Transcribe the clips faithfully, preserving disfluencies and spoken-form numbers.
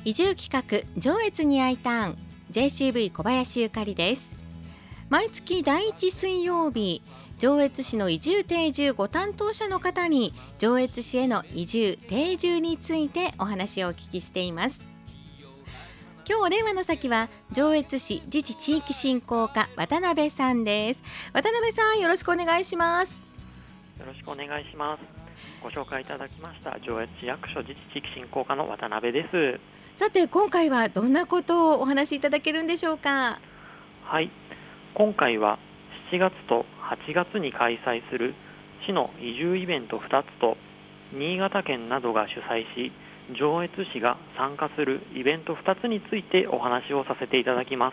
移住企画上越に I ターン ジェーシーブイ 小林ゆかりです。毎月だいいち水曜日、上越市の移住定住ご担当者の方に上越市への移住定住についてお話をお聞きしています。今日お電話の先は上越市自治地域振興課渡辺さんです。渡辺さん、よろしくお願いします。 よろしくお願いします。ご紹介いただきました上越市役所自治地域振興課の渡辺です。 さて、今回はどんなことをお話しいただけるんでしょうか。 はい、今回はしちがつとはちがつに開催する市の移住イベントふたつと新潟県などが主催し上越市が参加するイベントふたつについてお話をさせていただきます。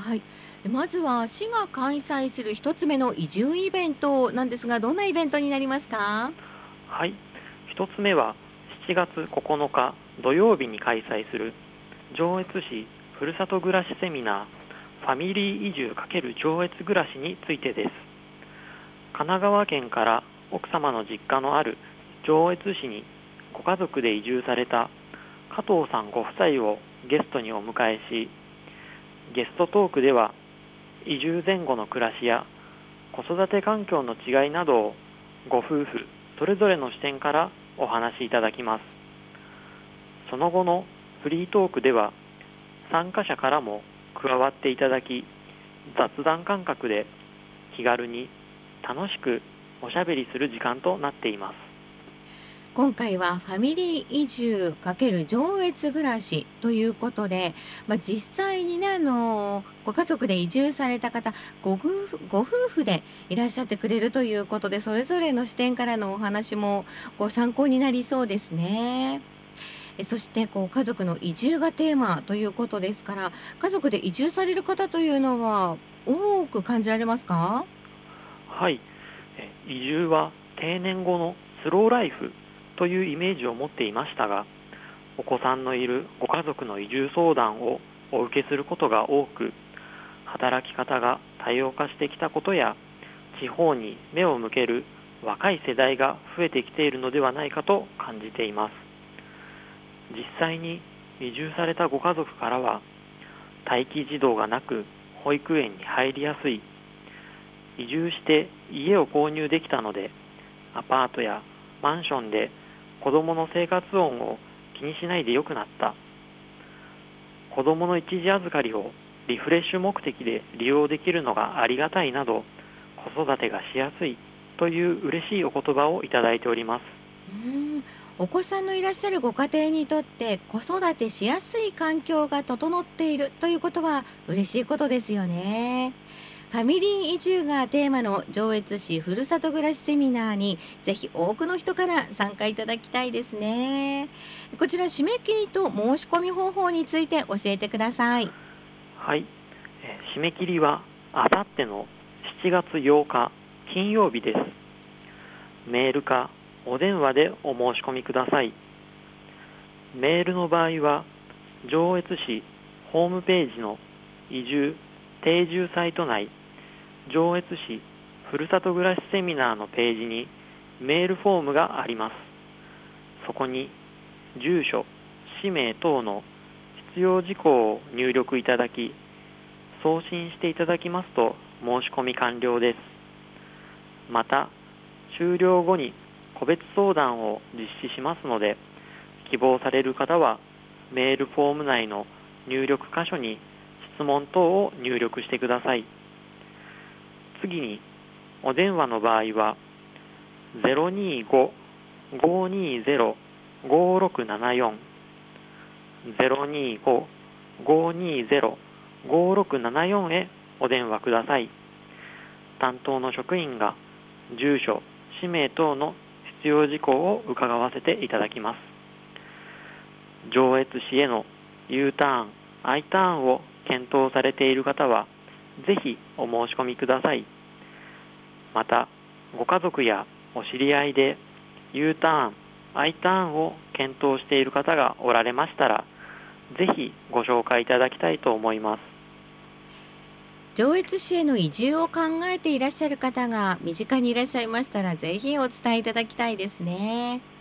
はい、まずは市が開催する一つ目の移住イベントなんですが、どんなイベントになりますか。 はい、ひとつめはしちがつここのか土曜日に開催する上越市ふるさと暮らしセミナーファミリー移住×上越暮らしについてです。神奈川県から奥様の実家のある上越市にご家族で移住された加藤さんご夫妻をゲストにお迎えし、ゲストトークでは移住前後の暮らしや子育て環境の違いなどをご夫婦それぞれの視点からお話しいただきます。その後のフリートークでは参加者からも加わっていただき、雑談感覚で気軽に楽しくおしゃべりする時間となっています。 今回はファミリー移住×上越暮らしということで、まあ、実際にね、あのご家族で移住された方、ご夫婦、ご夫婦でいらっしゃってくれるということで、それぞれの視点からのお話もご参考になりそうですね。えそしてこう家族の移住がテーマということですから、家族で移住される方というのは多く感じられますか。 はい、え移住は定年後のスローライフというイメージを持っていましたが、お子さんのいるご家族の移住相談をお受けすることが多く、働き方が多様化してきたことや地方に目を向ける若い世代が増えてきているのではないかと感じています。実際に移住されたご家族からは、待機児童がなく保育園に入りやすい、移住して家を購入できたのでアパートやマンションで子どもの生活音を気にしないでよくなった、子どもの一時預かりをリフレッシュ目的で利用できるのがありがたいなど、子育てがしやすいという嬉しいお言葉をいただいております。 うーんお子さんのいらっしゃるご家庭にとって子育てしやすい環境が整っているということは嬉しいことですよね。ファミリー移住がテーマの上越市ふるさと暮らしセミナーにぜひ多くの人から参加いただきたいですね。こちら締め切りと申し込み方法について教えてください。 はい、えー締め切りはあさってのしちがつようか金曜日です。メールかお電話でお申し込みください。メールの場合は上越市ホームページの移住定住サイト内上越市ふるさと暮らしセミナーのページにメールフォームがあります。そこに住所、氏名等の必要事項を入力いただき、送信していただきますと申し込み完了です。また、終了後に個別相談を実施しますので、希望される方はメールフォーム内の入力箇所に質問等を入力してください。次に、お電話の場合は、ゼロにーごーごーにーゼローごーろくななよん、ゼロにーごーごーにーゼローごーろくななよんへお電話ください。担当の職員が住所、氏名等の必要事項を伺わせていただきます。上越市への U ターン、I ターンを検討されている方は、ぜひお申し込みください。また、ご家族やお知り合いで U ターン、I ターンを検討している方がおられましたら、ぜひご紹介いただきたいと思います。 上越市への移住を考えていらっしゃる方が身近にいらっしゃいましたら、ぜひお伝えいただきたいですね。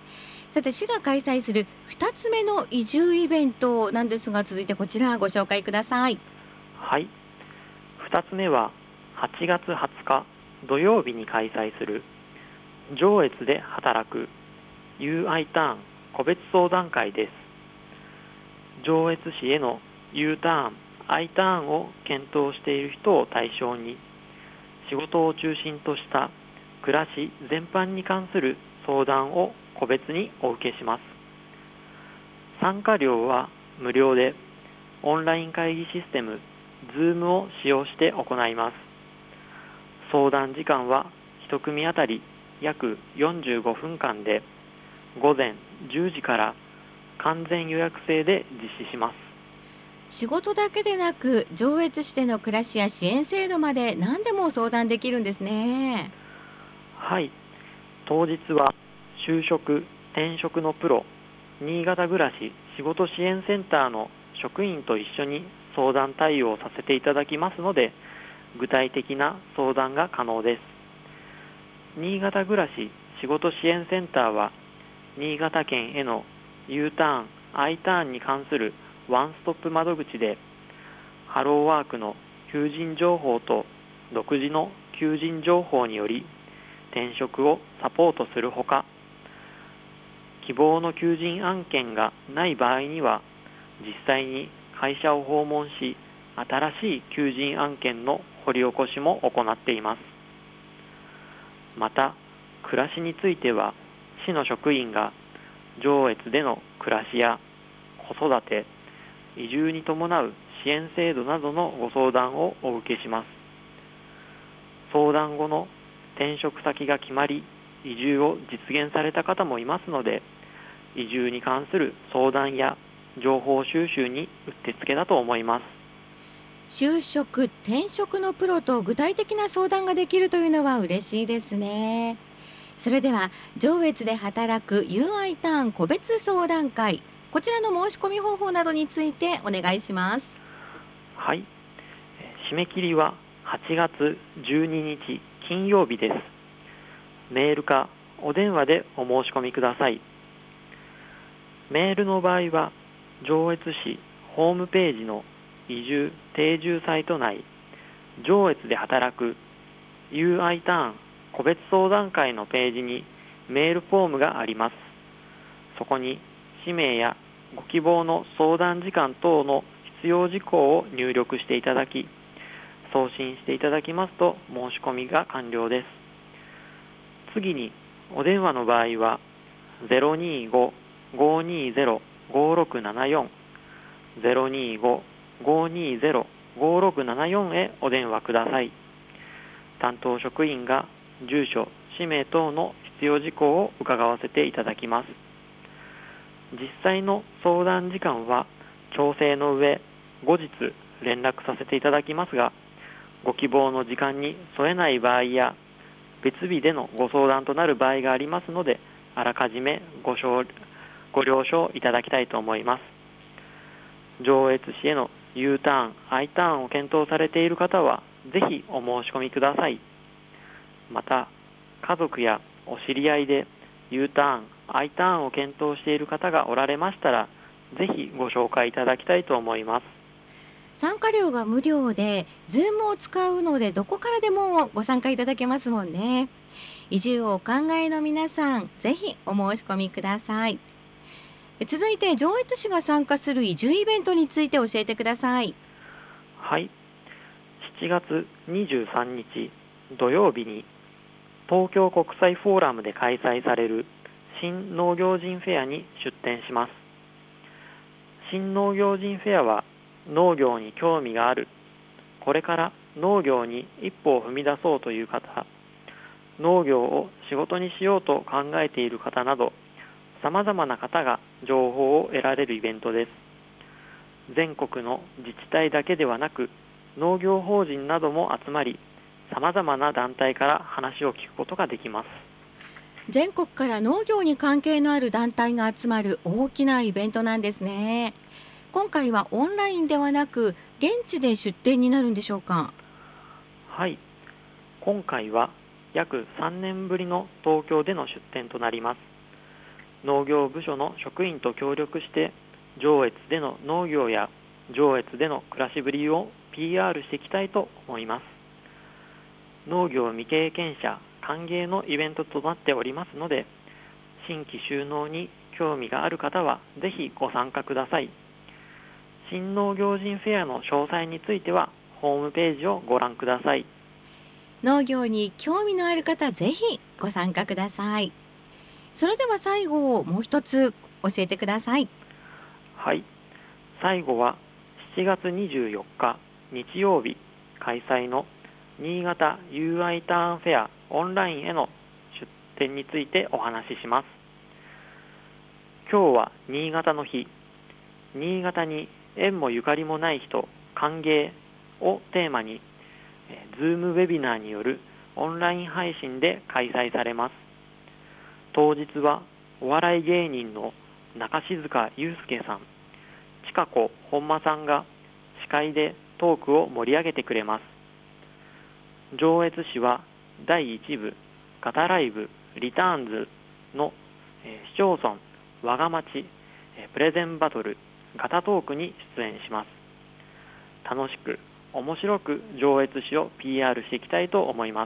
さて市が開催するふたつめの移住イベントなんですが、続いてこちらご紹介ください。 はい。ふたつめははちがつはつか土曜日に開催する上越で働く ユーアイ ターン個別相談会です。上越市への U ターン、I ターンを検討している人を対象に、仕事を中心とした暮らし全般に関する相談を個別にお受けします。参加料は無料で、オンライン会議システム Zoom を使用して行います。相談時間はひと組あたり約よんじゅうごふんかんで、午前じゅうじから完全予約制で実施します。 仕事だけでなく上越市での暮らしや支援制度まで何でも相談できるんですね。 はい。当日は就職・転職のプロ、新潟暮らし仕事支援センターの職員と一緒に相談対応させていただきますので、具体的な相談が可能です。新潟暮らし仕事支援センターは、新潟県への U ターン、I ターンに関するワンストップ窓口で、ハローワークの求人情報と独自の求人情報により転職をサポートするほか、希望の求人案件がない場合には、実際に会社を訪問し、新しい求人案件の掘り起こしも行っています。また、暮らしについては、市の職員が上越での暮らしや子育て、移住に伴う支援制度などのご相談をお受けします。相談後の転職先が決まり、移住を実現された方もいますので、移住に関する相談や情報収集にうってつけだと思います。 就職・転職のプロと具体的な相談ができるというのは嬉しいですね。それでは上越で働く ユーアイ ターン個別相談会、こちらの申し込み方法などについてお願いします。 はい。締め切りははちがつじゅうににち金曜日です。メールかお電話でお申し込みください。メールの場合は、上越市ホームページの移住・定住サイト内、上越で働く ユーアイ ターン個別相談会のページにメールフォームがあります。そこに氏名やご希望の相談時間等の必要事項を入力していただき、送信していただきますと申し込みが完了です。次に、お電話の場合は ゼロにーご ごーにーゼロ ごーろくななよん ゼロにーご ごーにーゼロ ごーろくななよん へお電話ください。担当職員が住所・氏名等の必要事項を伺わせていただきます。実際の相談時間は調整の上、後日連絡させていただきますが、ご希望の時間に添えない場合や別日でのご相談となる場合がありますので、あらかじめご承ご了承いただきたいと思います。上越市への U ターン、I ターンを検討されている方は、ぜひお申し込みください。また、家族やお知り合いで U ターン、I ターンを検討している方がおられましたら、ぜひご紹介いただきたいと思います。 参加料が無料で、Zoom を使うのでどこからでもご参加いただけますもんね。移住をお考えの皆さん、ぜひお申し込みください。続いて上越市が参加する移住イベントについて教えてください。 はい。しちがつにじゅうさんにち土曜日に東京国際フォーラムで開催される新農業人フェアに出展します。新農業人フェアは、農業に興味がある、これから農業に一歩を踏み出そうという方、農業を仕事にしようと考えている方など、様々な方が情報を得られるイベントです。全国の自治体だけではなく、農業法人なども集まり、様々な団体から話を聞くことができます。 全国から農業に関係のある団体が集まる大きなイベントなんですね。今回はオンラインではなく、現地で出展になるんでしょうか？ はい。今回は約さんねんぶりの東京での出展となります。 農業部署の職員と協力して上越での農業や上越での暮らしぶりを ピーアール していきたいと思います。農業未経験者歓迎のイベントとなっておりますので、新規就農に興味がある方はぜひご参加ください。新農業人フェアの詳細についてはホームページをご覧ください。 農業に興味のある方、ぜひご参加ください。それでは最後、もう一つ教えてください。 はい、最後はしちがつにじゅうよっか日曜日開催の新潟 ユーアイ ターンフェアオンラインへの出展についてお話しします。今日は新潟の日、新潟に縁もゆかりもない人歓迎をテーマに、Zoom ウェビナーによるオンライン配信で開催されます。当日はお笑い芸人の中静祐介さん、近子本間さんが司会でトークを盛り上げてくれます。上越市はだいいち部ガタライブリターンズの、えー、市町村我が町、えー、プレゼンバトルガタトークに出演します。楽しく面白く上越市を ピーアール していきたいと思います。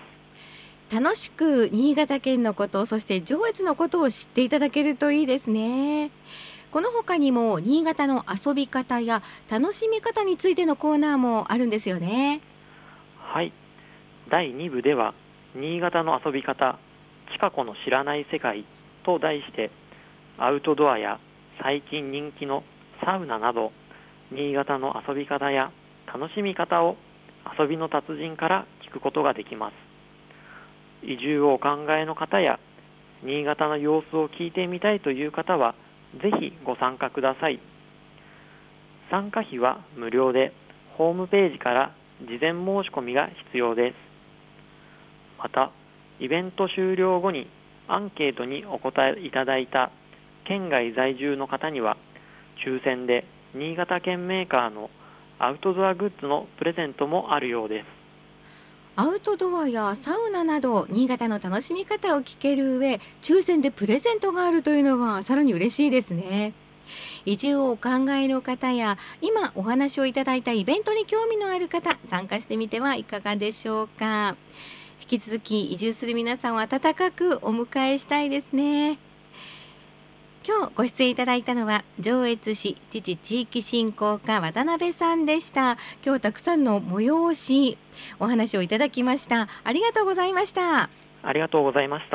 楽しく新潟県のこと、そして上越のことを知っていただけるといいですね。この他にも新潟の遊び方や楽しみ方についてのコーナーもあるんですよね。 はい、だいに部では新潟の遊び方近子の知らない世界と題して、アウトドアや最近人気のサウナなど新潟の遊び方や楽しみ方を遊びの達人から聞くことができます。移住をお考えの方や新潟の様子を聞いてみたいという方はぜひご参加ください。参加費は無料でホームページから事前申し込みが必要です。またイベント終了後にアンケートにお答えいただいた県外在住の方には抽選で新潟県メーカーのアウトドアグッズのプレゼントもあるようです。 アウトドアやサウナなど新潟の楽しみ方を聞ける上、抽選でプレゼントがあるというのはさらに嬉しいですね。移住をお考えの方や今お話をいただいたイベントに興味のある方、参加してみてはいかがでしょうか。引き続き移住する皆さんを温かくお迎えしたいですね。今日ご出演いただいたのは上越市自治地域振興課渡辺さんでした。今日たくさんの催しお話をいただきました。ありがとうございました。 ありがとうございました。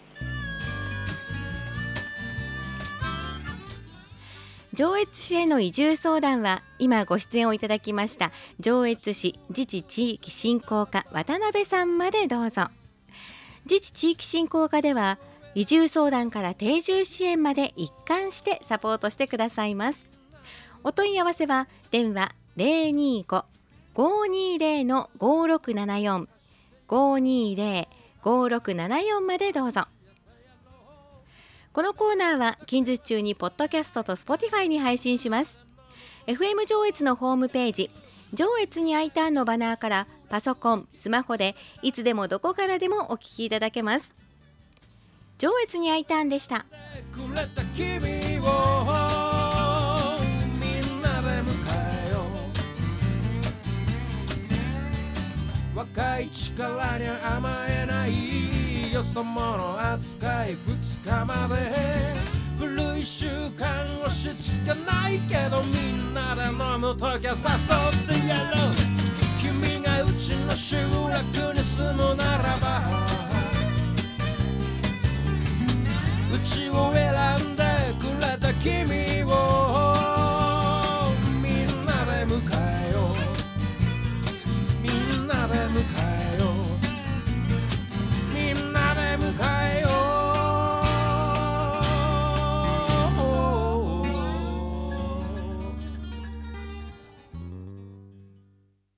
上越市への移住相談は今ご出演をいただきました上越市自治地域振興課渡辺さんまでどうぞ。自治地域振興課では移住相談から定住支援まで一貫してサポートしてくださいます。お問い合わせは電話 ゼロにーご ごーにーゼロ ごーろくななよん ごーにーゼロ ごーろくななよん までどうぞ。このコーナーは近日中にポッドキャストと Spotify に配信します。 エフエム 上越のホームページ上越に I ターンのバナーからパソコン、スマホでいつでもどこからでもお聞きいただけます。上越に I ターンでした。 若い力に甘えないよそ者扱いふつかまで古い習慣押し付けないけどみんなで飲むときは誘ってやろう。君がうちの集落に住むならばうちを選んでくれた君